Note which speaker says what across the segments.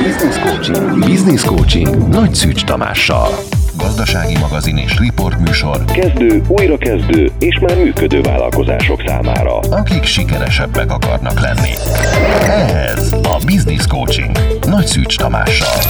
Speaker 1: Business Coaching Nagy Szűcs Tamással. Gazdasági magazin és riportműsor
Speaker 2: kezdő, újrakezdő és már működő vállalkozások számára,
Speaker 1: akik sikeresebbek akarnak lenni. Ez a Business Coaching Nagy Szűcs Tamással.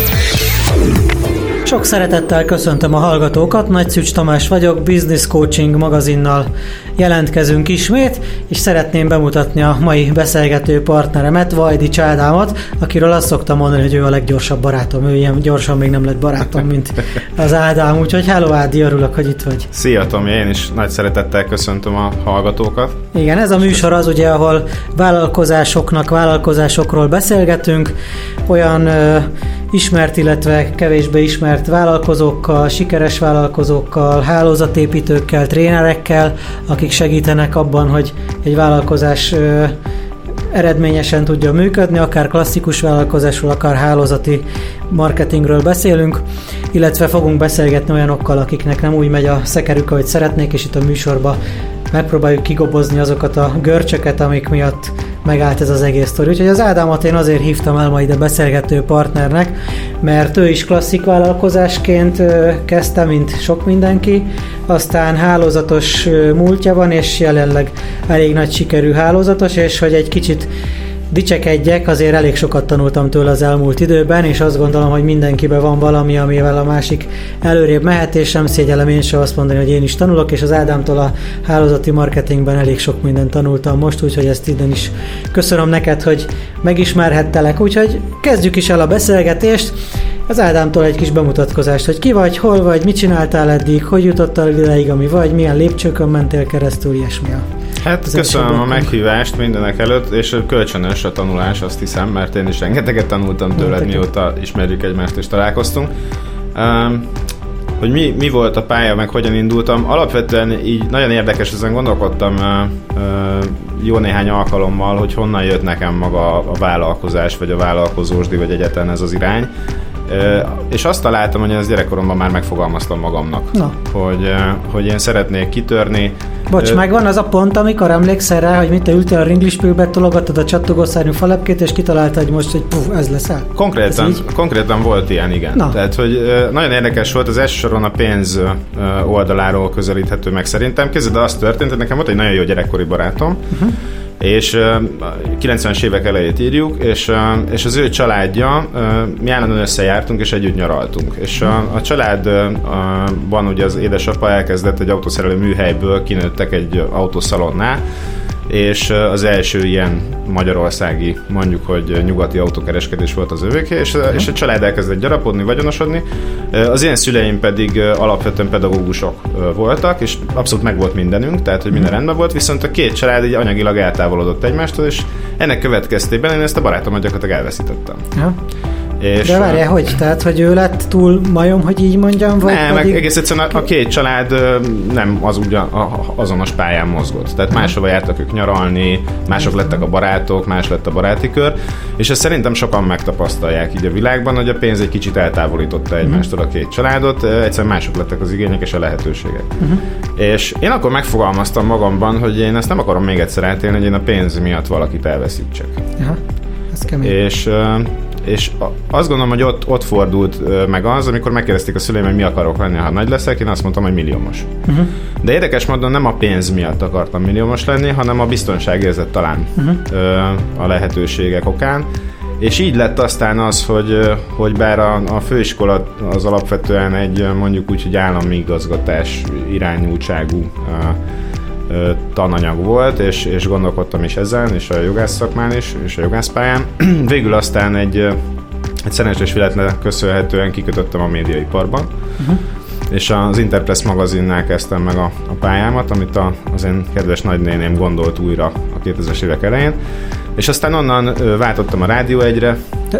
Speaker 3: Sok szeretettel köszöntöm a hallgatókat, Nagy Szűcs Tamás vagyok, Business Coaching magazinnal jelentkezünk ismét, és szeretném bemutatni a mai beszélgető partneremet, Vajdics Ádámot, akiről azt szoktam mondani, hogy ő a leggyorsabb barátom, ő ilyen gyorsan még nem lett barátom, mint az Ádám, úgyhogy hello Ádi, örülök, hogy itt vagy.
Speaker 4: Szia Tomi, én is nagy szeretettel köszöntöm a hallgatókat.
Speaker 3: Igen, ez a műsor az ugye, ahol vállalkozásokról beszélgetünk, olyan ismert, illetve kevésbé ismert vállalkozókkal, sikeres vállalkozókkal, hálózatépítőkkel, trénerekkel, akik segítenek abban, hogy egy vállalkozás eredményesen tudja működni, akár klasszikus vállalkozásról, akár hálózati marketingről beszélünk, illetve fogunk beszélgetni olyanokkal, akiknek nem úgy megy a szekerük, ahogy szeretnék, és itt a műsorban megpróbáljuk kigobozni azokat a görcsöket, amik miatt megállt ez az egész sztori. Úgyhogy az Ádámot én azért hívtam el ma ide beszélgető partnernek, mert ő is klasszik vállalkozásként kezdte, mint sok mindenki, aztán hálózatos múltja van, és jelenleg elég nagy sikerű hálózatos, és hogy egy kicsit dicsekedjek, azért elég sokat tanultam tőle az elmúlt időben, és azt gondolom, hogy mindenkiben van valami, amivel a másik előrébb mehet, és nem szégyellem én sem azt mondani, hogy én is tanulok, és az Ádámtól a hálózati marketingben elég sok mindent tanultam most, úgyhogy ezt innen is köszönöm neked, hogy megismerhettelek, úgyhogy kezdjük is el a beszélgetést. Az Ádámtól egy kis bemutatkozást, hogy ki vagy, hol vagy, mit csináltál eddig, hogy jutottál ideig, ami vagy, milyen lépcsőkön mentél keresztül, ilyesmi.
Speaker 4: Hát köszönöm a meghívást mindenek előtt, és kölcsönös a tanulás, azt hiszem, mert én is rengeteget tanultam tőled, mióta ismerjük egymást és találkoztunk. Hogy mi volt a pálya, meg hogyan indultam. Alapvetően így nagyon érdekes, ezen gondolkodtam jó néhány alkalommal, hogy honnan jött nekem maga a vállalkozás, vagy a vállalkozósdi, vagy egyáltalán ez az irány. És azt találtam, hogy ezt gyerekkoromban már megfogalmaztam magamnak, hogy én szeretnék kitörni.
Speaker 3: Bocs, megvan az a pont, amikor emlékszel rá, hogy mit te ültél a ringlispülbe, tologattad a csattogószárnyú falepkét, és kitaláltad, hogy most, hogy ez leszel?
Speaker 4: Konkrétan volt ilyen, igen. Na. Tehát, hogy nagyon érdekes volt, az első soron a pénz oldaláról közelíthető meg szerintem. Képzeld, de az történt, hogy nekem volt egy nagyon jó gyerekkori barátom, és 90-es évek elejét írjuk, és az ő családja, mi állandóan összejártunk, és együtt nyaraltunk. És a családban ugye az édesapa elkezdett egy autószerelő műhelyből, kinőttek egy autószalonnál, és az első ilyen magyarországi, mondjuk, hogy nyugati autókereskedés volt az övéké, és a család elkezdett gyarapodni, vagyonosodni. Az én szüleim pedig alapvetően pedagógusok voltak, és abszolút meg volt mindenünk, tehát hogy minden rendben volt, viszont a két család így anyagilag eltávolodott egymástól, és ennek következtében én ezt a barátomat gyakorlatilag elveszítettem. Ja.
Speaker 3: De várjál, hogy? Tehát, hogy ő lett túl majom, hogy így mondjam? Vagy
Speaker 4: nem, pedig... egész egyszerűen a két család nem azonos pályán mozgott. Tehát máshova jártak ők nyaralni, mások lettek a barátok, más lett a baráti kör, és ezt szerintem sokan megtapasztalják így a világban, hogy a pénz egy kicsit eltávolította egymástól a két családot, egyszerűen mások lettek az igények és a lehetőségek. És én akkor megfogalmaztam magamban, hogy én ezt nem akarom még egyszer átélni, hogy én a pénz miatt valakit elveszítsek.
Speaker 3: Aha, ez kemény.
Speaker 4: És azt gondolom, hogy ott fordult meg az, amikor megkérdezték a szüleim, hogy mi akarok lenni, ha nagy leszek, én azt mondtam, hogy milliómos. De érdekes módon nem a pénz miatt akartam milliómos lenni, hanem a biztonságérzet talán a lehetőségek okán. És így lett aztán az, hogy bár a főiskola az alapvetően egy mondjuk úgy, hogy állami igazgatás irányultságú tananyag volt, és gondolkodtam is ezen, és a jogász szakmán is, és a jogászpályán. Végül aztán egy szerencsés véletlennek köszönhetően kikötöttem a médiaiparban, és az Interpress magazinnál kezdtem meg a pályámat, amit az én kedves nagynéném gondolt újra a 2000-es évek elején, és aztán onnan váltottam a Rádió 1-re,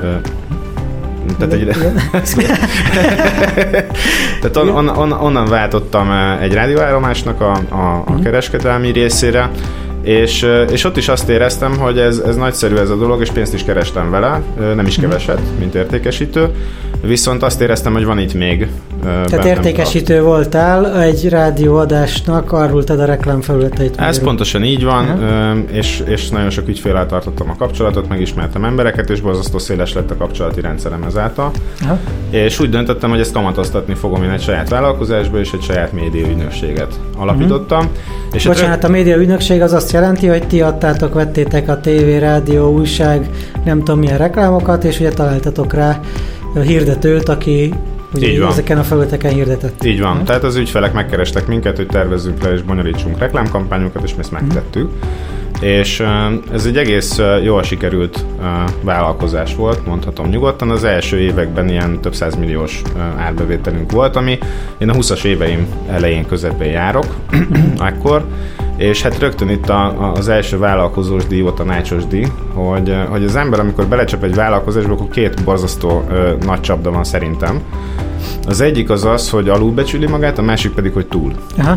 Speaker 4: tehát onnan váltottam egy rádióállomásnak a kereskedelmi részére, És ott is azt éreztem, hogy ez nagyszerű ez a dolog, és pénzt is kerestem vele, nem is keveset, mint értékesítő, viszont azt éreztem, hogy van itt még.
Speaker 3: Tehát értékesítő voltál egy rádióadásnak, árultad a reklámfelületeit.
Speaker 4: Ez pontosan így van, és nagyon sok ügyféllel tartottam a kapcsolatot, megismertem embereket, és borzasztó széles lett a kapcsolati rendszerem ezáltal. Aha. És úgy döntöttem, hogy ezt kamatoztatni fogom én egy saját vállalkozásba, és egy saját médiaügynökséget alapítottam. És
Speaker 3: bocsánat, a médiaügynökség az azt jelenti, hogy ti adtátok, vettétek a tévé, rádió, újság, nem tudom milyen reklámokat, és ugye találtatok rá hirdetőt, aki ugye ezeken a felületeken hirdetett.
Speaker 4: Így van. Tehát az ügyfelek megkerestek minket, hogy tervezzünk le és bonyolítsunk reklámkampányokat, és mi ezt megtettük. És ez egy egész jól sikerült vállalkozás volt, mondhatom nyugodtan. Az első években ilyen több 100 milliós árbevételünk volt, ami én a 20-as éveim elején, közepén járok akkor, és hát rögtön itt az első vállalkozós díj volt a nácsos díj, hogy az ember, amikor belecsap egy vállalkozásba, akkor két borzasztó nagy csapda van szerintem. Az egyik az, hogy alulbecsüli magát, a másik pedig, hogy túl. Aha.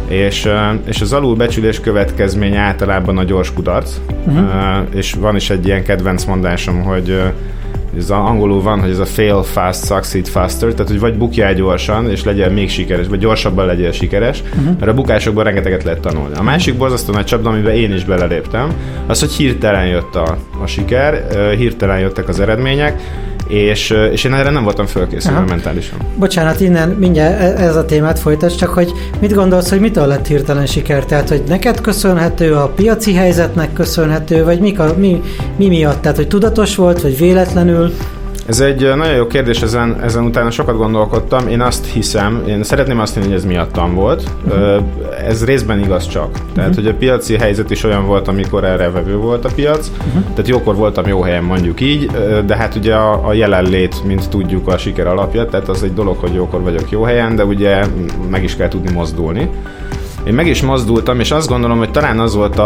Speaker 4: És az alulbecsülés következménye általában a gyors kudarc, és van is egy ilyen kedvenc mondásom, hogy ez angolul van, hogy ez a fail fast, succeed faster, tehát hogy vagy bukjál gyorsan, és legyél még sikeres, vagy gyorsabban legyél sikeres, mert a bukásokban rengeteget lehet tanulni. A másik borzasztó nagy csapda, amiben én is beleléptem, az, hogy hirtelen jött a siker, hirtelen jöttek az eredmények, és én erre nem voltam fölkészülve mentálisan.
Speaker 3: Bocsánat, innen mindjárt ez a témát folytatsz, csak hogy mit gondolsz, hogy mitől lett hirtelen siker? Tehát, hogy neked köszönhető, a piaci helyzetnek köszönhető, vagy mi miatt? Tehát, hogy tudatos volt, vagy véletlenül?
Speaker 4: Ez egy nagyon jó kérdés, ezen utána sokat gondolkodtam. Én azt hiszem, én szeretném azt hinni, hogy ez miattam volt. Ez részben igaz csak. Tehát, hogy a piaci helyzet is olyan volt, amikor erre vevő volt a piac. Tehát jókor voltam jó helyen, mondjuk így, de hát ugye a jelenlét, mint tudjuk, a siker alapja, tehát az egy dolog, hogy jókor vagyok jó helyen, de ugye meg is kell tudni mozdulni. Én meg is mozdultam, és azt gondolom, hogy talán az volt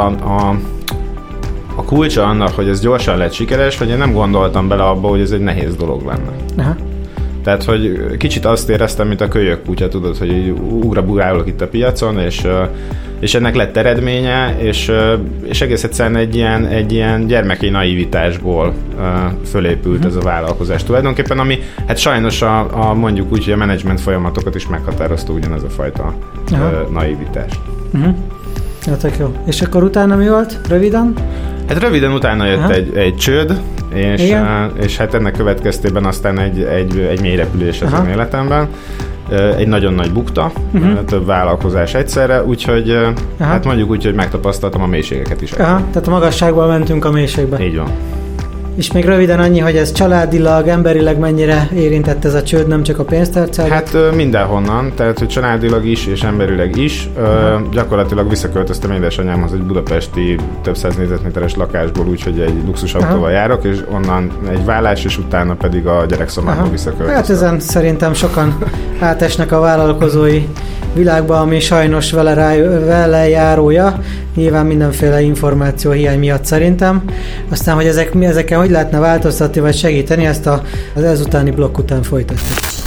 Speaker 4: a kulcsa annak, hogy ez gyorsan lett sikeres, hogy én nem gondoltam bele abba, hogy ez egy nehéz dolog lenne. Aha. Tehát, hogy kicsit azt éreztem, mint a kölyök kutya, tudod, hogy így ugrabugálok itt a piacon, és ennek lett eredménye, és egész egyszerűen egy ilyen gyermeki naivitásból fölépült ez a vállalkozás tulajdonképpen, ami hát sajnos mondjuk úgy, hogy a menedzsment folyamatokat is meghatározta ugyanez a fajta naivitás.
Speaker 3: Tök jó. És akkor utána mi volt? Röviden?
Speaker 4: Hát röviden utána jött egy csőd, és hát ennek következtében aztán egy mély repülés az én életemben. Egy nagyon nagy bukta, több vállalkozás egyszerre, úgyhogy hát mondjuk úgy, hogy megtapasztaltam a mélységeket is.
Speaker 3: Tehát a magasságból mentünk a mélységbe.
Speaker 4: Így van.
Speaker 3: És még röviden annyi, hogy ez családilag, emberileg mennyire érintett ez a csőd, nem csak a pénztárcádat?
Speaker 4: Hát mindenhonnan, tehát hogy családilag is és emberileg is. Gyakorlatilag visszaköltöztem édesanyámhoz egy budapesti több 100 négyzetméteres lakásból, úgyhogy egy luxusautóval járok, és onnan egy vállás, és utána pedig a gyerekszobámból visszaköltöztem.
Speaker 3: Hát ezen szerintem sokan átesnek a vállalkozói világba, ami sajnos vele járója, nyilván mindenféle információ hiány miatt szerintem. Aztán, hogy ezeken hogy lehetne változtatni vagy segíteni, ezt az ezutáni blokk után folytatjuk.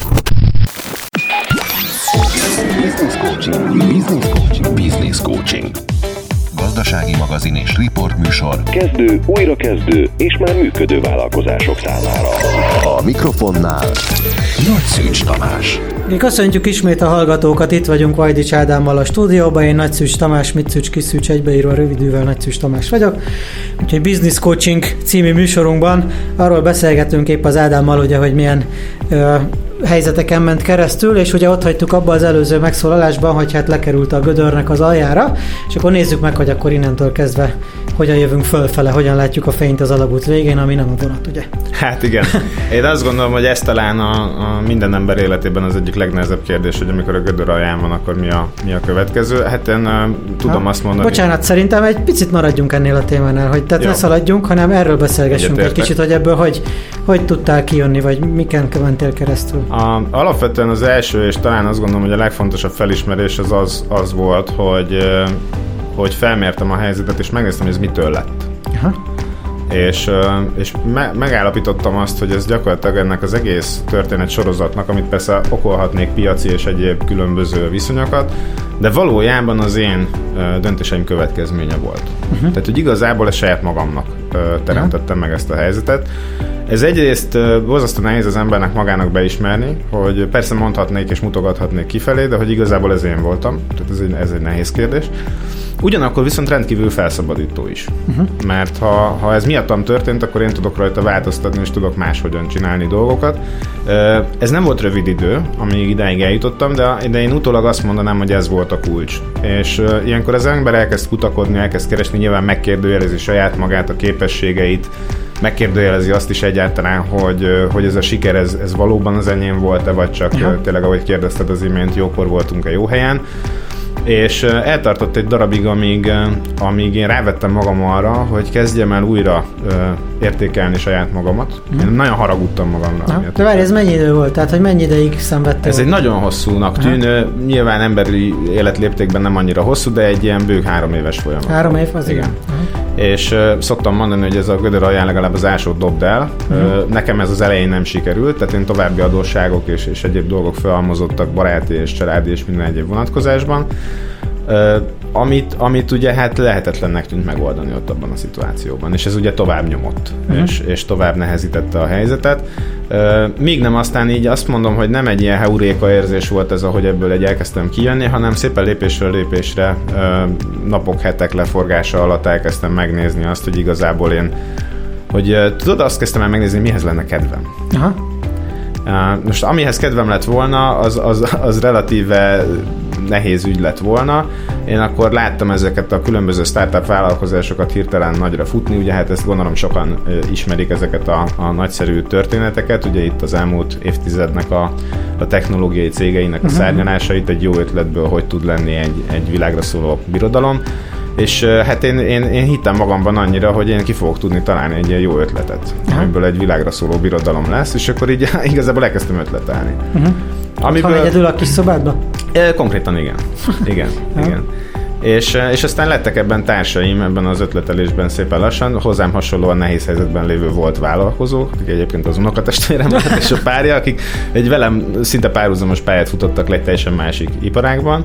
Speaker 1: Business Coaching. Gazdasági magazin és riportműsor.
Speaker 2: Kezdő, újrakezdő és már működő vállalkozások számára.
Speaker 1: A mikrofonnál Nagy Szűcs Tamás.
Speaker 3: Köszöntjük ismét a hallgatókat, itt vagyunk Vajdics Ádámmal a stúdióban, én Nagy Szűcs Tamás, mit Szűcs, kis Szűcs, egybeírva rövidűvel Nagy Szűcs Tamás vagyok. Úgyhogy Business Coaching című műsorunkban arról beszélgetünk épp az Ádámmal, ugye, hogy milyen helyzeteken ment keresztül, és ugye ott hagytuk abba az előző megszólalásban, hogy hát lekerült a gödörnek az aljára, és akkor nézzük meg, hogy akkor innentől kezdve hogyan jövünk fölfele, hogyan látjuk a fényt az alagút végén, ami nem a vonat, ugye?
Speaker 4: Hát igen. Én azt gondolom, hogy ez talán a minden ember életében az egyik legnehezebb kérdés, hogy amikor a gödör alján van, akkor mi a következő. Hát én tudom azt mondani...
Speaker 3: Bocsánat, szerintem egy picit maradjunk ennél a témánál, hogy tehát ne szaladjunk, hanem erről beszélgessünk egy kicsit, hogy ebből hogy tudtál kijönni, vagy miken mentél keresztül.
Speaker 4: Alapvetően az első, és talán azt gondolom, hogy a legfontosabb felismerés az volt, hogy felmértem a helyzetet, és megnéztem, hogy ez mitől lett. Aha. És megállapítottam azt, hogy ez gyakorlatilag ennek az egész történet sorozatnak, amit persze okolhatnék piaci és egyéb különböző viszonyokat, de valójában az én döntéseim következménye volt. Tehát, hogy igazából saját magamnak teremtettem meg ezt a helyzetet. Ez egyrészt borzasztóan nehéz az embernek magának beismerni, hogy persze mondhatnék és mutogathatnék kifelé, de hogy igazából ez én voltam, tehát ez egy nehéz kérdés. Ugyanakkor viszont rendkívül felszabadító is. Mert ha ez miattam történt, akkor én tudok rajta változtatni, és tudok máshogyan csinálni dolgokat. Ez nem volt rövid idő, amíg idáig eljutottam, de én utólag azt mondanám, hogy ez volt a kulcs. És ilyenkor az ember elkezd kutakodni, elkezd keresni, nyilván megkérdőjelezi saját magát, a képességeit, megkérdőjelezi azt is egyáltalán, hogy ez a siker, ez valóban az enyém volt-e, vagy csak tényleg, ahogy kérdezted az imént, jókor voltunk-e jó helyen. És eltartott egy darabig, amíg én rávettem magam arra, hogy kezdjem el újra értékelni saját magamat. Én nagyon haragudtam magamra.
Speaker 3: De várj, ez mennyi idő volt? Tehát, hogy mennyi ideig szenvedtél?
Speaker 4: Ez egy nagyon hosszúnak tűnő, nyilván emberi életléptékben nem annyira hosszú, de egy ilyen bő 3 éves folyamat.
Speaker 3: 3 év, az igen.
Speaker 4: És szoktam mondani, hogy ez a gödör alján legalább az ásót dobd el. Nekem ez az elején nem sikerült, tehát én további adósságok és egyéb dolgok felhalmozottak baráti és családi és minden egyéb vonatkozásban. Amit ugye hát lehetetlennek tűnt megoldani ott abban a szituációban, és ez ugye tovább nyomott, és tovább nehezítette a helyzetet. Míg nem aztán így azt mondom, hogy nem egy ilyen heuréka érzés volt ez, ahogy ebből elkezdtem kijönni, hanem szépen lépésről lépésre, napok, hetek leforgása alatt elkezdtem megnézni azt, hogy igazából tudod, azt kezdtem el megnézni, mihez lenne kedvem. Most amihez kedvem lett volna, az relatíve nehéz ügy lett volna. Én akkor láttam ezeket a különböző startup vállalkozásokat hirtelen nagyra futni, ugye hát ezt gondolom sokan ismerik ezeket a nagyszerű történeteket, ugye itt az elmúlt évtizednek a technológiai cégeinek a szárnyalásait, egy jó ötletből hogy tud lenni egy világra szóló birodalom. És hát én hittem magamban annyira, hogy én ki fogok tudni találni egy ilyen jó ötletet, amiből egy világra szóló birodalom lesz, és akkor így igazából elkezdtem ötletelni.
Speaker 3: Amiből... egyedül a kis szobádba?
Speaker 4: Konkrétan igen. Igen. És aztán lettek ebben társaim, ebben az ötletelésben szépen lassan, hozzám hasonlóan nehéz helyzetben lévő volt vállalkozók, akik egyébként az unokatestvérem volt és a párja, akik egy velem szinte párhuzamos pályát futottak le egy teljesen másik iparágban.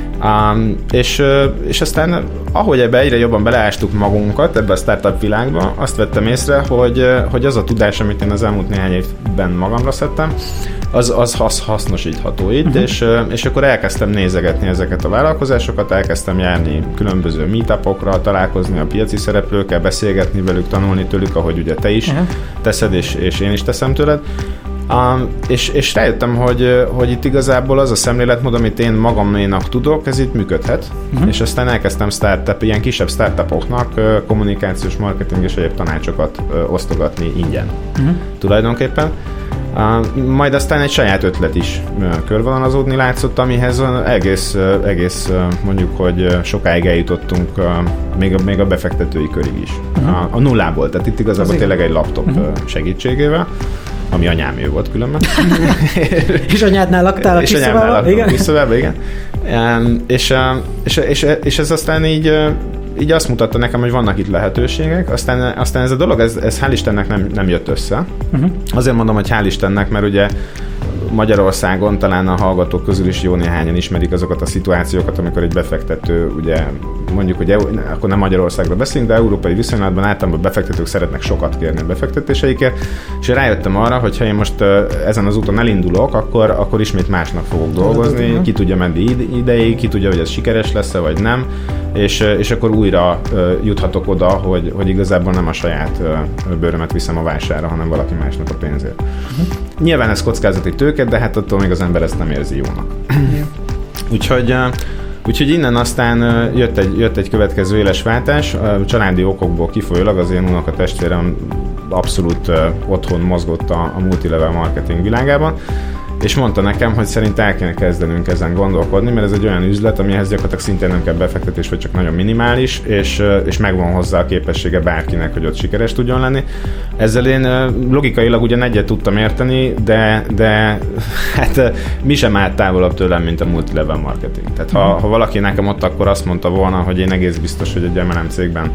Speaker 4: És aztán, ahogy ebbe egyre jobban beleástuk magunkat ebbe a startup világba, azt vettem észre, hogy az a tudás, amit én az elmúlt néhány évben magamra szedtem, az hasznosítható itt, és akkor elkezdtem nézegetni ezeket a vállalkozásokat, elkezdtem járni különböző meetupokra, találkozni a piaci szereplőkkel, beszélgetni velük, tanulni tőlük, ahogy ugye te is teszed, és én is teszem tőled. És rájöttem, hogy itt igazából az a szemléletmód, amit én magaménak tudok, ez itt működhet, és aztán elkezdtem ilyen kisebb startupoknak kommunikációs, marketing és egyéb tanácsokat osztogatni ingyen tulajdonképpen. Majd aztán egy saját ötlet is körvonalazódni látszott, amihez egész mondjuk, hogy sokáig eljutottunk még a befektetői körig is. A nullából, tehát itt igazából tényleg egy laptop segítségével, ami anyámé volt különben.
Speaker 3: És anyádnál laktál a kis szobában?
Speaker 4: Igen. És ez aztán így azt mutatta nekem, hogy vannak itt lehetőségek, aztán ez a dolog, ez hál' Istennek nem jött össze. Azért mondom, hogy hál' Istennek, mert ugye Magyarországon talán a hallgatók közül is jó néhányan ismerik azokat a szituációkat, amikor egy befektető, ugye mondjuk, hogy akkor nem Magyarországról beszélünk, de európai viszonylatban általában befektetők szeretnek sokat kérni a befektetéseikért, és rájöttem arra, hogy ha én most ezen az úton elindulok, akkor ismét másnak fogok dolgozni, ki tudja menni ideig, ki tudja, hogy ez sikeres lesz-e, vagy nem, és akkor újra juthatok oda, hogy igazából nem a saját bőrömet viszem a vására, hanem valaki másnak a pénzért. Nyilván ez kockázati tőke, de hát attól még az ember ezt nem érzi jónak. Úgyhogy innen aztán jött egy következő éles váltás. Családi okokból kifolyólag az én unokatestvérem abszolút otthon mozgott a multilevel marketing világában, és mondta nekem, hogy szerint el kéne kezdenünk ezen gondolkodni, mert ez egy olyan üzlet, amihez gyakorlatilag szintén nem kell befektetés, vagy csak nagyon minimális, és megvan hozzá a képessége bárkinek, hogy ott sikeres tudjon lenni. Ezzel én logikailag ugyan egyet tudtam érteni, de hát mi sem állt távolabb tőlem, mint a multilevel marketing. Tehát ha valaki nekem ott akkor azt mondta volna, hogy én egész biztos, hogy egy MLM cégben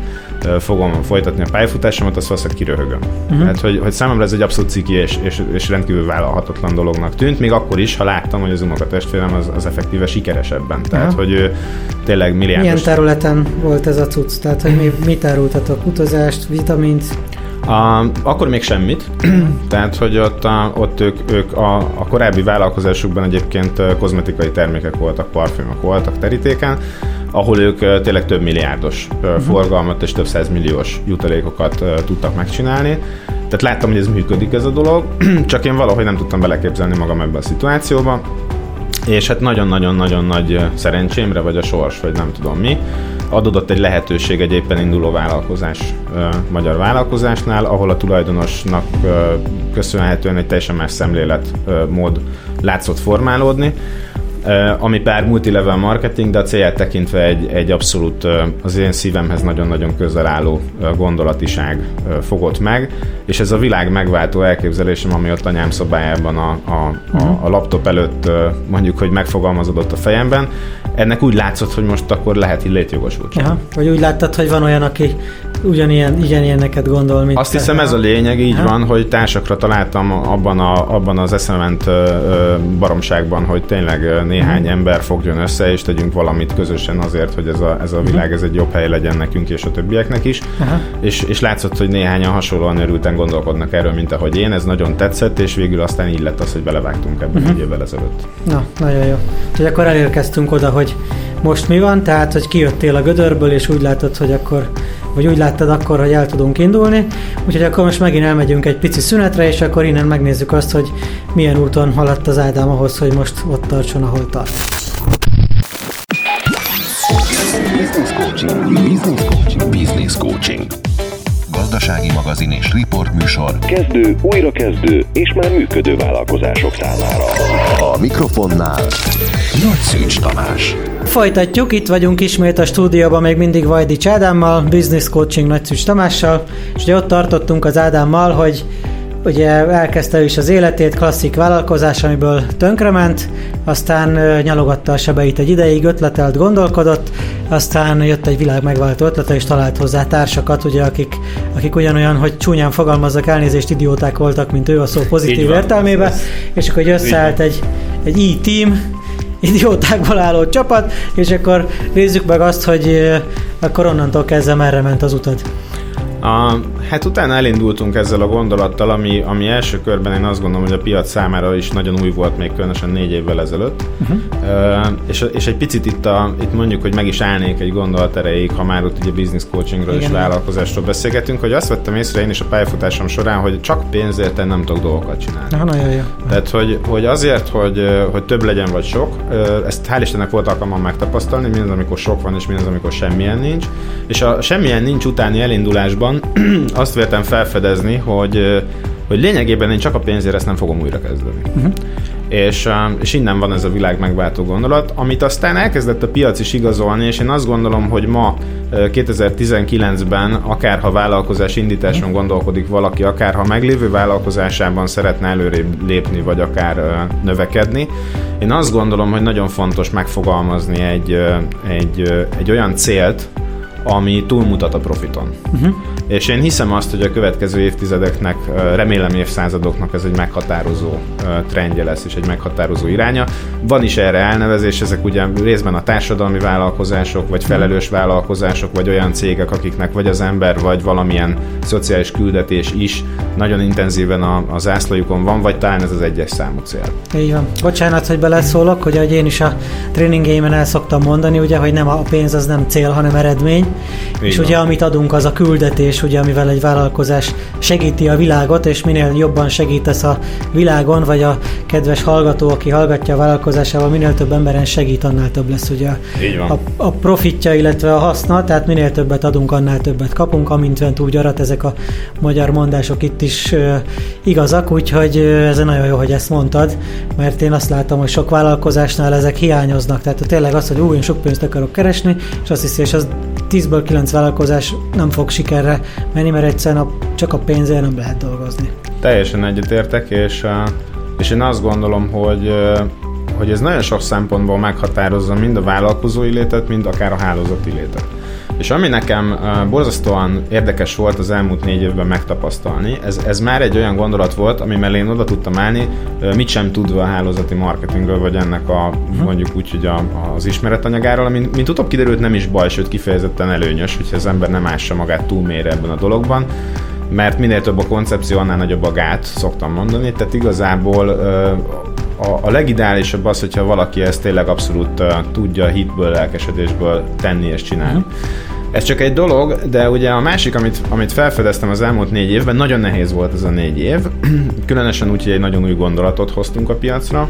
Speaker 4: fogom folytatni a pályafutásomat, azt valószínűleg kiröhögöm. Tehát, hogy számomra ez egy abszolút ciki és rendkívül vállalhatatlan dolognak tűnt, még akkor is, ha láttam, hogy az unokatestvérem az effektíve sikeresebben. Tehát, hogy ő tényleg milliárdos.
Speaker 3: Milyen területen volt ez a cucc? Tehát, hogy mit árultatok? Utazást, vitamint?
Speaker 4: Akkor még semmit, tehát hogy ott ők a korábbi vállalkozásukban egyébként kozmetikai termékek voltak, parfümök voltak terítéken, ahol ők tényleg több milliárdos forgalmat és több 100 milliós jutalékokat tudtak megcsinálni. Tehát láttam, hogy ez működik ez a dolog, csak én valahogy nem tudtam beleképzelni magam ebbe a szituációba, és hát nagyon-nagyon-nagyon nagy szerencsémre, vagy a sors, vagy nem tudom mi, adódott egy lehetőség egy éppen induló vállalkozás, magyar vállalkozásnál, ahol a tulajdonosnak köszönhetően egy teljesen más szemléletmód látszott formálódni, ami bár multilevel marketing, de a célját tekintve egy abszolút az én szívemhez nagyon-nagyon közel álló gondolatiság fogott meg, és ez a világ megváltó elképzelésem, ami ott anyám szobájában a laptop előtt mondjuk, hogy megfogalmazódott a fejemben, ennek úgy látszott, hogy most akkor lehet létjogosultság.
Speaker 3: Vagy úgy láttad, hogy van olyan, aki ugyanilyen neked gondol, mint
Speaker 4: azt hiszem, ez a lényeg, így van, hogy társakra találtam abban az eszement baromságban, hogy tényleg néhány ember fogjon össze, és tegyünk valamit közösen azért, hogy ez a világ ez egy jobb hely legyen nekünk és a többieknek is. És látszott, hogy néhányan hasonlóan örülten gondolkodnak erről, mint ahogy én, ez nagyon tetszett, és végül aztán így lett az, hogy belevágtunk ebben 4 évvel ezelőtt.
Speaker 3: Na, nagyon jó. Úgyhogy akkor elérkeztünk oda, hogy most mi van, tehát, hogy kijöttél a gödörből, és úgy látod, hogy akkor, vagy úgy láttad akkor, hogy el tudunk indulni. Úgyhogy akkor most megint elmegyünk egy pici szünetre, és akkor innen megnézzük azt, hogy milyen úton haladt az Ádám ahhoz, hogy most ott tartson, ahol tart.
Speaker 1: Business Coaching. Gazdasági magazin és riportműsor.
Speaker 2: Kezdő, újrakezdő és már működő vállalkozások számára.
Speaker 1: A mikrofonnál Nagy Szűcs Tamás.
Speaker 3: Folytatjuk, itt vagyunk ismét a stúdióban, még mindig Vajdics Ádámmal, Business Coaching Nagy Szűcs Tamással, és ugye ott tartottunk az Ádámmal, hogy ugye elkezdte ő is az életét, klasszik vállalkozás, amiből tönkrement, aztán nyalogatta a sebeit egy ideig, ötletelt, gondolkodott, aztán jött egy világ megváltó ötlete, és talált hozzá társakat, ugye, akik ugyanolyan, hogy csúnyán fogalmazzak, elnézést, idióták voltak, mint ő a szó pozitív értelmében, és akkor összeállt egy e-team, idiótákból álló csapat, és akkor nézzük meg azt, hogy akkor onnantól kezdve merre ment az utad.
Speaker 4: Hát utána elindultunk ezzel a gondolattal, ami első körben én azt gondolom, hogy a piac számára is nagyon új volt, még különösen 4 évvel ezelőtt. És egy picit itt mondjuk, hogy meg is állnék egy gondolat erejéig, ha már ott ugye business coachingról és vállalkozásról beszélgetünk, hogy azt vettem észre én is a pályafutásom során, hogy csak pénzért én nem tudok dolgokat csinálni.
Speaker 3: Nagyon jó.
Speaker 4: Tehát, hogy azért, hogy több legyen vagy sok, ezt hál' Istennek volt alkalmam megtapasztalni, mi az, amikor sok van, és mi az, amikor semmilyen nincs. És a semmilyen nincs utáni elindulásban azt véltem felfedezni, hogy lényegében én csak a pénzért ezt nem fogom újra kezdeni. És innen van ez a világ megváltó gondolat, amit aztán elkezdett a piac is igazolni, és én azt gondolom, hogy ma 2019-ben akárha vállalkozás indításon gondolkodik valaki, akárha meglévő vállalkozásában szeretne előrébb lépni, vagy akár növekedni, én azt gondolom, hogy nagyon fontos megfogalmazni egy olyan célt, ami túlmutat a profiton. És én hiszem azt, hogy a következő évtizedeknek, remélem évszázadoknak ez egy meghatározó trendje lesz, és egy meghatározó iránya. Van is erre elnevezés, ezek ugye részben a társadalmi vállalkozások, vagy felelős vállalkozások, vagy olyan cégek, akiknek vagy az ember, vagy valamilyen szociális küldetés is nagyon intenzíven a zászlójukon van, vagy talán ez az 1-es számú cél. Így
Speaker 3: van. Bocsánat, hogy beleszólok, hogy ahogy én is a tréningeimen el szoktam mondani, ugye, hogy nem a pénz az nem cél, hanem eredmény. Így és van. Ugye amit adunk, az a küldetés, ugye, amivel egy vállalkozás segíti a világot, és minél jobban segítesz a világon, vagy a kedves hallgató, aki hallgatja a vállalkozásával, minél több emberen segít, annál több lesz ugye a profitja, illetve a haszna, tehát minél többet adunk, annál többet kapunk, amint vent úgy arat, ezek a magyar mondások itt is igazak, úgyhogy ez nagyon jó, hogy ezt mondtad, mert én azt látom, hogy sok vállalkozásnál ezek hiányoznak, tehát tényleg az, hogy én sok pénzt akarok keresni, és azt hiszi, és az 10-ből 9 vállalkozás nem fog sikerre menni, mert egyszerűen csak a pénzért nem lehet dolgozni.
Speaker 4: Teljesen egyetértek, és én azt gondolom, hogy ez nagyon sok szempontból meghatározza mind a vállalkozói létet, mind akár a hálózati létet. És ami nekem borzasztóan érdekes volt az elmúlt 4 évben megtapasztalni, ez már egy olyan gondolat volt, ami mellé én oda tudtam állni, mit sem tudva a hálózati marketingről, vagy ennek mondjuk úgy, hogy az ismeretanyagáról, ami mint utóbb kiderült nem is baj, sőt kifejezetten előnyös, hogyha az ember nem ássa magát túl mélyre ebben a dologban, mert minél több a koncepció, annál nagyobb a gát, szoktam mondani, tehát igazából a legideálisabb az, hogyha valaki ezt tényleg abszolút tudja hitből, lelkesedésből tenni és csinálni. Ez csak egy dolog, de ugye a másik, amit felfedeztem az elmúlt 4 évben, nagyon nehéz volt ez a 4 év, különösen úgy, hogy egy nagyon új gondolatot hoztunk a piacra,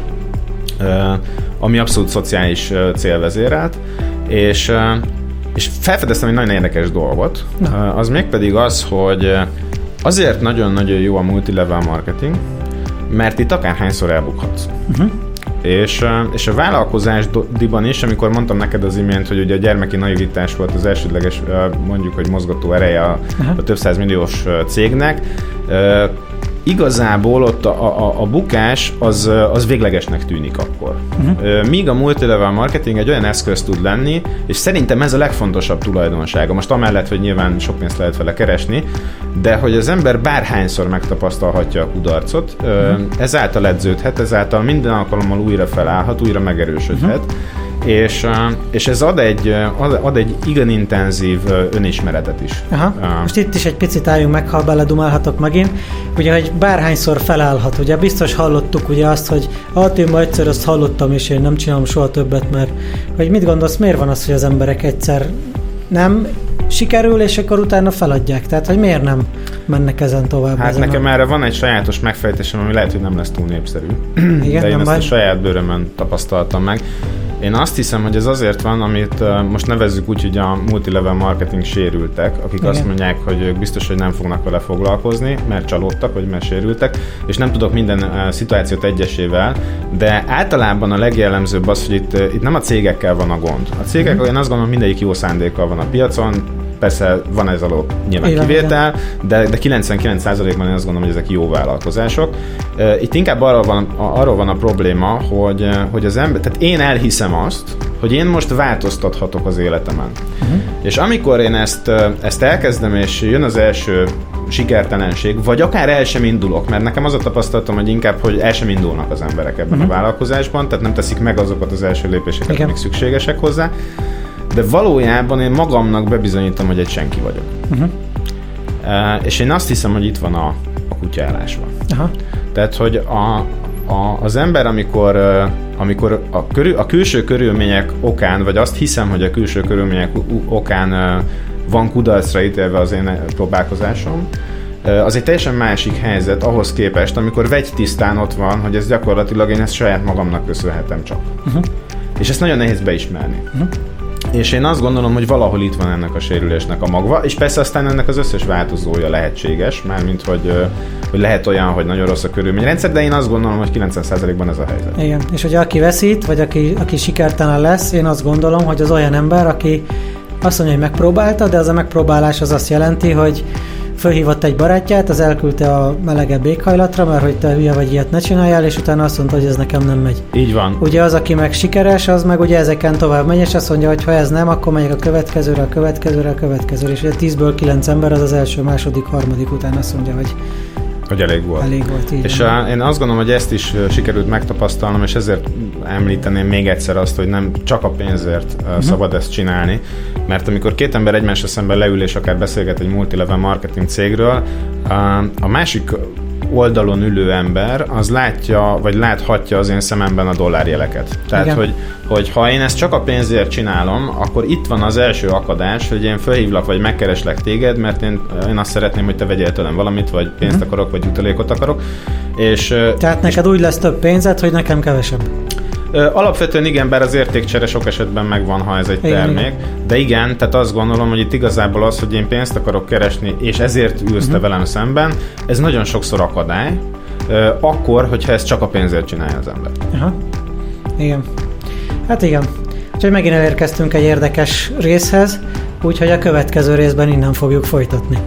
Speaker 4: ami abszolút szociális célvezérelt, és felfedeztem egy nagyon érdekes dolgot, az mégpedig az, hogy azért nagyon-nagyon jó a multilevel marketing, mert itt akárhányszor elbukhatsz. És a vállalkozásban is, amikor mondtam neked az imént, hogy ugye a gyermeki naivitás volt az elsődleges, mondjuk, hogy mozgató ereje a több százmilliós cégnek, igazából ott a bukás az véglegesnek tűnik akkor. Míg a multilevel marketing egy olyan eszköz tud lenni, és szerintem ez a legfontosabb tulajdonsága. Most amellett, hogy nyilván sok pénzt lehet vele keresni, de hogy az ember bárhányszor megtapasztalhatja a kudarcot, ezáltal edződhet, ezáltal minden alkalommal újra felállhat, újra megerősödhet, és ez ad egy igen intenzív önismeretet is.
Speaker 3: Most itt is egy picit álljunk meg, ha beledumálhatok megint. Ugye, hogy bárhányszor felállhat. Ugye biztos hallottuk ugye azt, hogy én ma egyszer azt hallottam, és én nem csinálom soha többet, mert hogy mit gondolsz, miért van az, hogy az emberek egyszer nem sikerül, és akkor utána feladják? Tehát, hogy miért nem mennek ezen tovább?
Speaker 4: Hát nekem erre van egy sajátos megfejtésem, ami lehet, hogy nem lesz túl népszerű. Igen, de én ezt a saját bőrömön tapasztaltam meg. Én azt hiszem, hogy ez azért van, amit most nevezzük úgy, hogy a multilevel marketing sérültek, akik azt mondják, hogy ők biztos, hogy nem fognak vele foglalkozni, mert csalódtak, vagy mert sérültek, és nem tudok minden szituációt egyesével, de általában a legjellemzőbb az, hogy itt nem a cégekkel van a gond. A cégek, én azt gondolom, mindegyik jó szándékkal van a piacon, persze van ez alól nyilván kivétel, de 99%-ban én azt gondolom, hogy ezek jó vállalkozások. Itt inkább arról van a probléma, hogy az ember, tehát én elhiszem azt, hogy én most változtathatok az életemen. És amikor én ezt elkezdem, és jön az első sikertelenség, vagy akár el sem indulok, mert nekem az a tapasztalatom, hogy inkább, hogy el sem indulnak az emberek ebben a vállalkozásban, tehát nem teszik meg azokat az első lépéseket, amik szükségesek hozzá, de valójában én magamnak bebizonyítom, hogy egy senki vagyok. És én azt hiszem, hogy itt van a kutyállásban. Tehát, hogy az ember, amikor a külső körülmények okán, vagy azt hiszem, hogy a külső körülmények okán van kudarcra ítélve az én próbálkozásom, az egy teljesen másik helyzet ahhoz képest, amikor vegytisztán ott van, hogy ez gyakorlatilag én ezt saját magamnak köszönhetem csak. És ezt nagyon nehéz beismerni. És én azt gondolom, hogy valahol itt van ennek a sérülésnek a magva, és persze aztán ennek az összes változója lehetséges, mármint hogy lehet olyan, hogy nagyon rossz a körülményrendszer, de én azt gondolom, hogy 90%-ban ez a helyzet. Igen,
Speaker 3: és hogy aki veszít, vagy aki sikertelen lesz, én azt gondolom, hogy az olyan ember, aki azt mondja, hogy megpróbálta, de az a megpróbálás az azt jelenti, hogy fölhívott egy barátját, az elküldte a melegebb éghajlatra, mert hogy te hülye vagy, ilyet ne csináljál, és utána azt mondta, hogy ez nekem nem megy.
Speaker 4: Így van.
Speaker 3: Ugye az, aki meg sikeres, az meg ugye ezeken tovább megy, és azt mondja, hogy ha ez nem, akkor megyek a következőre, és ugye 10-ből 9 ember az első, második, harmadik után azt mondja, hogy
Speaker 4: elég volt. És én azt gondolom, hogy ezt is sikerült megtapasztalnom, és ezért említeném még egyszer azt, hogy nem csak a pénzért szabad ezt csinálni, mert amikor két ember egymásra szemben leül és akár beszélget egy multilevel marketing cégről, a másik oldalon ülő ember az látja, vagy láthatja az én szememben a dollárjeleket. Tehát, hogy ha én ezt csak a pénzért csinálom, akkor itt van az első akadás, hogy én fölhívlak, vagy megkereslek téged, mert én azt szeretném, hogy te vegyél tőlem valamit, vagy pénzt akarok, vagy jutalékot akarok. Tehát
Speaker 3: neked úgy lesz több pénzed, hogy nekem kevesebb.
Speaker 4: Alapvetően igen, bár az értékcsere sok esetben megvan, ha ez egy termék, de igen, tehát azt gondolom, hogy itt igazából az, hogy én pénzt akarok keresni, és ezért ülsz te velem szemben, ez nagyon sokszor akadály, akkor, hogyha ezt csak a pénzért csinálja az ember.
Speaker 3: Igen. Hát igen. Úgyhogy megint elérkeztünk egy érdekes részhez, úgyhogy a következő részben innen fogjuk folytatni.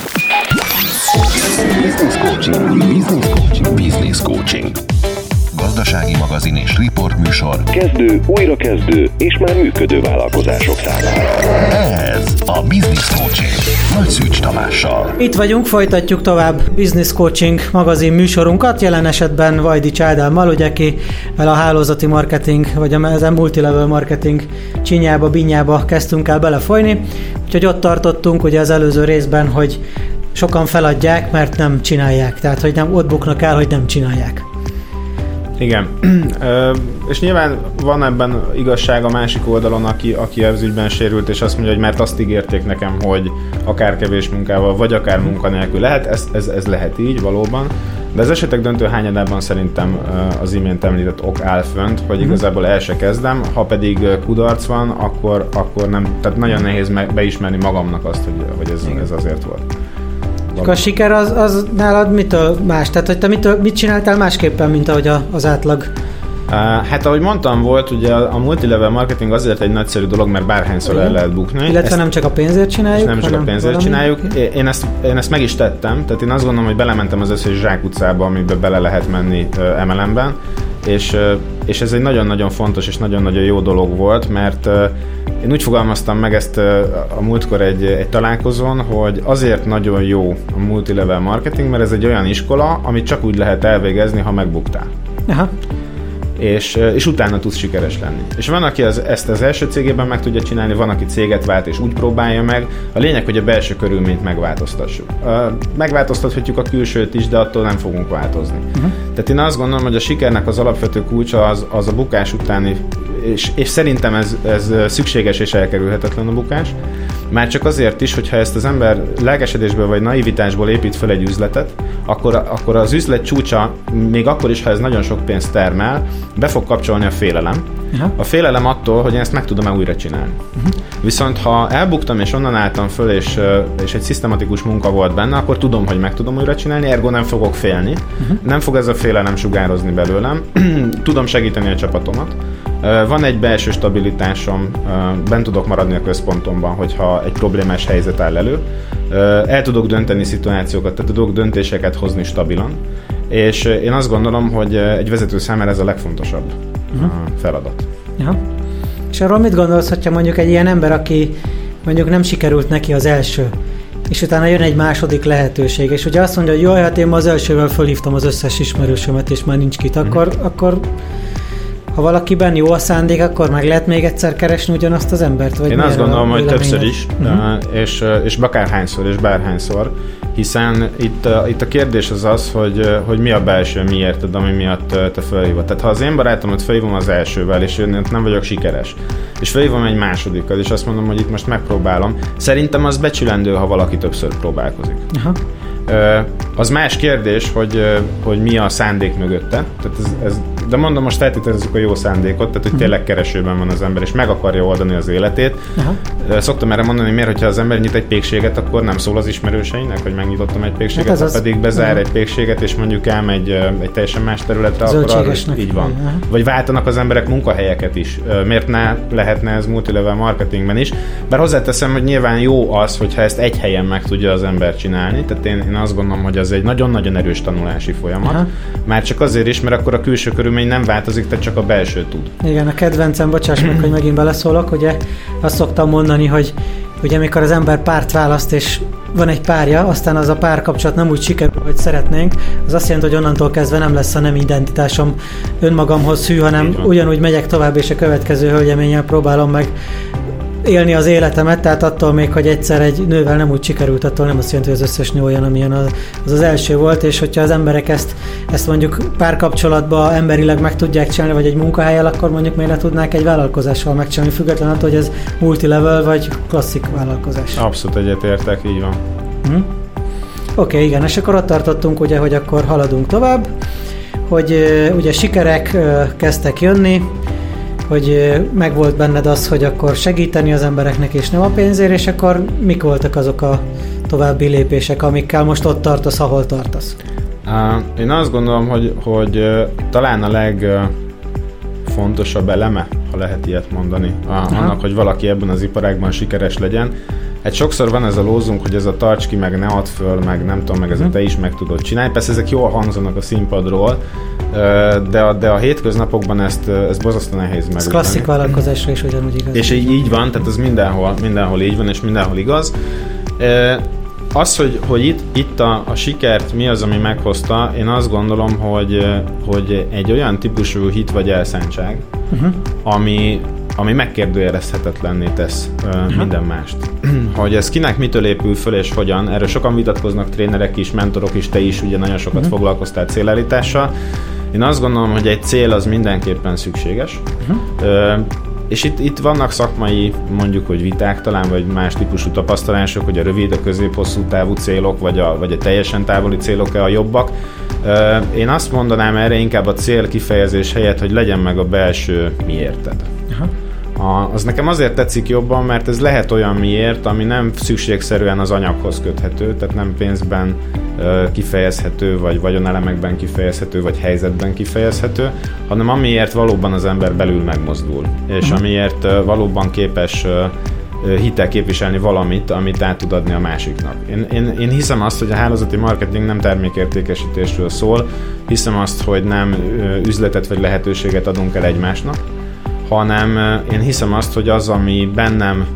Speaker 1: Business coaching. gazdasági magazin és riportműsor
Speaker 2: Kezdő, újrakezdő és már működő vállalkozások számára.
Speaker 1: Ez a Business Coaching Nagy Szűcs Tamással.
Speaker 3: Itt vagyunk, folytatjuk tovább Business Coaching magazin műsorunkat, jelen esetben Vajdics Ádámmal, ugye, akivel a hálózati marketing, vagy a multilevel marketing csinyába, binyába kezdtünk el belefolyni. Úgyhogy ott tartottunk ugye az előző részben, hogy sokan feladják, mert nem csinálják. Tehát, hogy nem ott buknak el, hogy nem csinálják.
Speaker 4: Igen. És nyilván van ebben igazság a másik oldalon, aki az ügyben sérült, és azt mondja, hogy mert azt ígérték nekem, hogy akár kevés munkával, vagy akár munkanélkül lehet, ez lehet így valóban. De az esetek döntő hányadában szerintem az imént említett ok áll fönt, hogy igazából el se kezdem, ha pedig kudarc van, akkor nem, tehát nagyon nehéz beismerni magamnak azt, hogy ez azért volt.
Speaker 3: A siker az nálad mitől más? Tehát, hogy te mit csináltál másképpen, mint ahogy az átlag?
Speaker 4: Hát ahogy mondtam, volt ugye a multilevel marketing azért egy nagyszerű dolog, mert bárhányszor el lehet bukni.
Speaker 3: Illetve nem csak a pénzért csináljuk,
Speaker 4: nem csak a pénzért csináljuk. Én ezt meg is tettem, tehát én azt gondolom, hogy belementem az összes zsákutcába, amiben bele lehet menni MLM-ben, és ez egy nagyon-nagyon fontos és nagyon-nagyon jó dolog volt, mert én úgy fogalmaztam meg ezt a múltkor egy találkozón, hogy azért nagyon jó a multilevel marketing, mert ez egy olyan iskola, amit csak úgy lehet elvégezni, ha megbuktál. Aha. És utána tudsz sikeres lenni. És van, aki ezt az első cégében meg tudja csinálni, van, aki céget vált és úgy próbálja meg. A lényeg, hogy a belső körülményt megváltoztassuk. Megváltoztathatjuk a külsőt is, de attól nem fogunk változni. Tehát én azt gondolom, hogy a sikernek az alapvető kulcsa az a bukás utáni, és szerintem ez szükséges és elkerülhetetlen a bukás. Már csak azért is, hogyha ezt az ember lelkesedésből vagy naivitásból épít fel egy üzletet, akkor az üzlet csúcsa, még akkor is, ha ez nagyon sok pénzt termel, be fog kapcsolni a félelem. A félelem attól, hogy én ezt meg tudom-e újra csinálni. Viszont ha elbuktam és onnan álltam föl, és egy szisztematikus munka volt benne, akkor tudom, hogy meg tudom újra csinálni, ergo nem fogok félni. Nem fog ez a félelem sugározni belőlem. Tudom segíteni a csapatomat. Van egy belső stabilitásom, bent tudok maradni a központomban, hogyha egy problémás helyzet áll elő. El tudok dönteni szituációkat, tehát tudok döntéseket hozni stabilan. És én azt gondolom, hogy egy vezető számára ez a legfontosabb feladat. Ja.
Speaker 3: És arról mit gondolsz, hogyha mondjuk egy ilyen ember, aki mondjuk nem sikerült neki az első, és utána jön egy második lehetőség, és ugye azt mondja, hogy jaj, hát én ma az elsővel fölhívtam az összes ismerősömet, és már nincs kit, akkor ha valakiben jó a szándék, akkor meg lehet még egyszer keresni ugyanazt az embert? Vagy
Speaker 4: én azt gondolom, hogy többször is, és akárhányszor és bárhányszor, hiszen itt a kérdés az, hogy mi a belső miérted, ami miatt te felhívod. Tehát ha az én barátomat felhívom az elsővel, és én nem vagyok sikeres, és felhívom egy másodikkal, és azt mondom, hogy itt most megpróbálom, szerintem az becsülendő, ha valaki többször próbálkozik. Aha. Az más kérdés, hogy mi a szándék mögötte. Tehát de mondom, most feltételezzük a jó szándékot, tehát hogy tényleg keresőben van az ember, és meg akarja oldani az életét. Szoktam erre mondani, miért, hogyha az ember nyit egy pékséget, akkor nem szól az ismerőseinek, hogy megnyitottam egy pékséget, ha pedig bezár egy pékséget, és mondjuk elmegy egy teljesen más területre, akkor arra így van. Vagy váltanak az emberek munkahelyeket is. Miért ne lehetne ez multilevel marketingben is? Bár hozzáteszem, hogy nyilván jó az, hogyha ezt egy helyen meg tudja az ember csinálni, tehát én azt gondolom, hogy ez egy nagyon-nagyon erős tanulási folyamat. Már csak azért is, mert akkor a külső körülmény nem változik, tehát csak a belső tud. Igen, a kedvencem, bocsáss meg, hogy megint beleszólok, ugye azt szoktam mondani, hogy ugye amikor az ember párt választ, és van egy párja, aztán az a párkapcsolat nem úgy sikerül, hogy szeretnénk, az azt jelenti, hogy onnantól kezdve nem lesz a nem identitásom önmagamhoz hű, hanem ugyanúgy megyek tovább, és a következő hölgyeménnyel próbálom meg élni az életemet, tehát attól még, hogy egyszer egy nővel nem úgy sikerült, attól nem azt jelenti, hogy az összes nő olyan, amilyen az első volt, és hogyha az emberek ezt mondjuk párkapcsolatban emberileg meg tudják csinálni, vagy egy munkahelyen, akkor mondjuk miért ne tudnák egy vállalkozással megcsinálni, függetlenül attól, hogy ez multilevel, vagy klasszik vállalkozás. Abszolút egyetértek, így van.
Speaker 3: Oké, igen, és akkor ott tartottunk, ugye, hogy akkor haladunk tovább, hogy ugye sikerek kezdtek jönni, hogy megvolt benned az, hogy akkor segíteni az embereknek, és nem a pénzért, és akkor mik voltak azok a további lépések, amikkel most ott tartasz, ahol tartasz?
Speaker 4: Én azt gondolom, hogy talán a legfontosabb eleme, ha lehet ilyet mondani, annak, hogy valaki ebben az iparágban sikeres legyen, Hát sokszor van ez a lózunk, hogy ez a tarts ki, meg ne add föl, meg nem tudom, meg ez a te is meg tudod csinálni. Persze ezek jól hangzanak a színpadról, de a hétköznapokban ezt borzasztóan nehéz megoldani. Ez
Speaker 3: klasszik vállalkozásra is ugyanúgy igaz.
Speaker 4: És így van, tehát ez mindenhol így van, és mindenhol igaz. Az, hogy itt a sikert mi az, ami meghozta, én azt gondolom, hogy egy olyan típusú hit vagy elszántság, ami megkérdőjelezhetetlenné tesz minden mást. Hogy ez kinek mitől épül föl és hogyan, erről sokan vitatkoznak, trénerek is, mentorok is, te is ugye nagyon sokat foglalkoztál célállítással. Én azt gondolom, hogy egy cél az mindenképpen szükséges. És itt vannak szakmai, mondjuk, hogy viták talán, vagy más típusú tapasztalások, hogy a rövid, a közép-hosszú távú célok, vagy a teljesen távoli célok-e a jobbak. Én azt mondanám erre inkább a cél kifejezés helyett, hogy legyen meg a belső miérted. Az nekem azért tetszik jobban, mert ez lehet olyan miért, ami nem szükségszerűen az anyaghoz köthető, tehát nem pénzben kifejezhető, vagy vagyonelemekben kifejezhető, vagy helyzetben kifejezhető, hanem amiért valóban az ember belül megmozdul, és amiért valóban képes hittel képviselni valamit, amit át tud adni a másiknak. Én hiszem azt, hogy a hálózati marketing nem termékértékesítésről szól, hiszem azt, hogy nem üzletet vagy lehetőséget adunk el egymásnak, hanem én hiszem azt, hogy az, ami bennem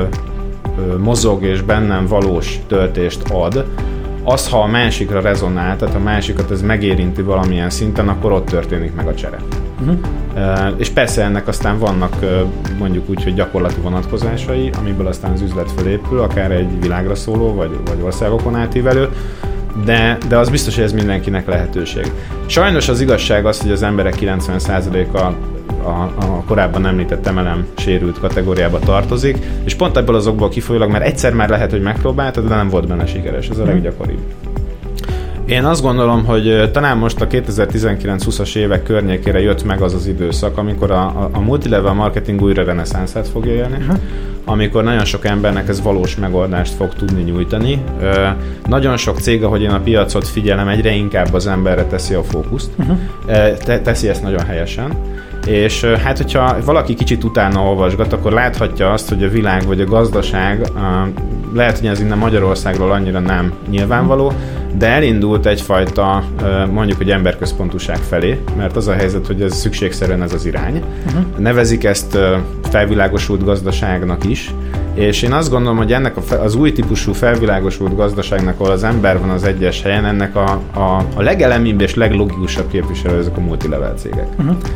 Speaker 4: mozog és bennem valós töltést ad, az, ha a másikra rezonál, tehát a másikat ez megérinti valamilyen szinten, akkor ott történik meg a csere. És persze ennek aztán vannak mondjuk úgy, hogy gyakorlati vonatkozásai, amiből aztán az üzlet fölépül, akár egy világra szóló, vagy országokon átívelő, de az biztos, hogy ez mindenkinek lehetőség. Sajnos az igazság az, hogy az emberek 90%-a a korábban említett MLM sérült kategóriába tartozik, és pont ebből azokból kifolyólag, mert egyszer már lehet, hogy megpróbáltad, de nem volt benne sikeres, ez a leggyakoribb. Én azt gondolom, hogy talán most a 2019-20-as évek környékére jött meg az időszak, amikor a multilevel marketing újra reneszánszát fog élni, amikor nagyon sok embernek ez valós megoldást fog tudni nyújtani. Nagyon sok cég, ahogy én a piacot figyelem, egyre inkább az emberre teszi a fókuszt, teszi ezt nagyon helyesen. És hát, hogyha valaki kicsit utána olvasgat, akkor láthatja azt, hogy a világ vagy a gazdaság, lehet, hogy ez innen Magyarországról annyira nem nyilvánvaló, de elindult egyfajta, mondjuk, hogy emberközpontúság felé, mert az a helyzet, hogy ez szükségszerűen ez az irány. Nevezik ezt felvilágosult gazdaságnak is, és én azt gondolom, hogy ennek az új típusú felvilágosult gazdaságnak, ahol az ember van az egyes helyen, ennek a legelemibb és leglogikusabb képviselő ezek a multilevel cégek.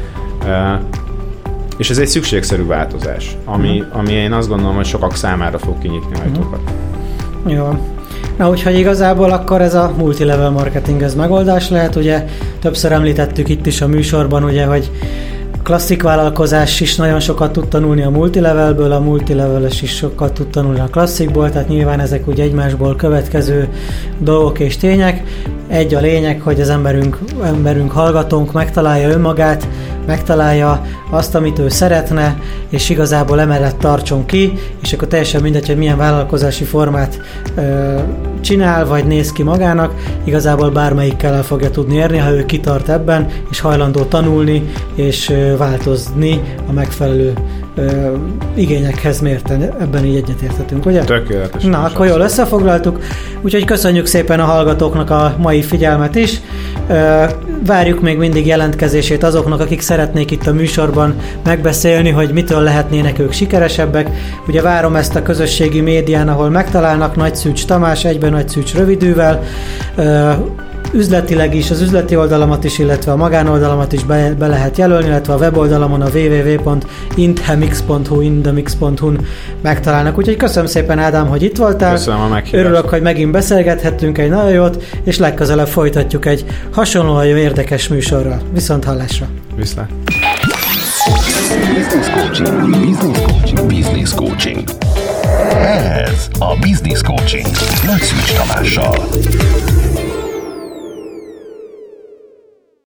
Speaker 4: És ez egy szükségszerű változás, ami én azt gondolom, hogy sokak számára fog kinyitni ajtókat.
Speaker 3: Jó. Na, úgyhogy igazából akkor ez a multilevel marketing ez megoldás lehet, ugye többször említettük itt is a műsorban, ugye, hogy klasszik vállalkozás is nagyon sokat tud tanulni a multilevelből, a multileveles is sokat tud tanulni a klasszikból, tehát nyilván ezek úgy egymásból következő dolgok és tények. Egy a lényeg, hogy az emberünk hallgatónk megtalálja önmagát, megtalálja azt, amit ő szeretne, és igazából emellett tartson ki, és akkor teljesen mindegy, hogy milyen vállalkozási formát csinál, vagy néz ki magának, igazából bármelyikkel el fogja tudni érni, ha ő kitart ebben, és hajlandó tanulni, és változni a megfelelő igényekhez mérten. Ebben így egyetértetünk, ugye?
Speaker 4: Tökéletes.
Speaker 3: Na, akkor jól összefoglaltuk, úgyhogy köszönjük szépen a hallgatóknak a mai figyelmet is. Várjuk még mindig jelentkezését azoknak, akik szeretnék itt a műsorban megbeszélni, hogy mitől lehetnének ők sikeresebbek. Ugye várom ezt a közösségi médián, ahol megtalálnak, Nagy Szűcs Tamás, egyben Nagy Szűcs rövidűvel. Üzletileg is, az üzleti oldalamat is, illetve a magánoldalamat is be lehet jelölni, illetve a weboldalamon a www.indemix.hu-n megtalálnak. Úgyhogy köszönöm szépen, Ádám, hogy itt voltál.
Speaker 4: Köszönöm a meghívást.
Speaker 3: Örülök, hogy megint beszélgethettünk egy nagyon jót, és legközelebb folytatjuk egy hasonlóan jó érdekes műsorral. Viszont hallásra.
Speaker 4: Viszlát.
Speaker 1: Business Coaching. Ez a Business Coaching Nagy Szűcs Tamással.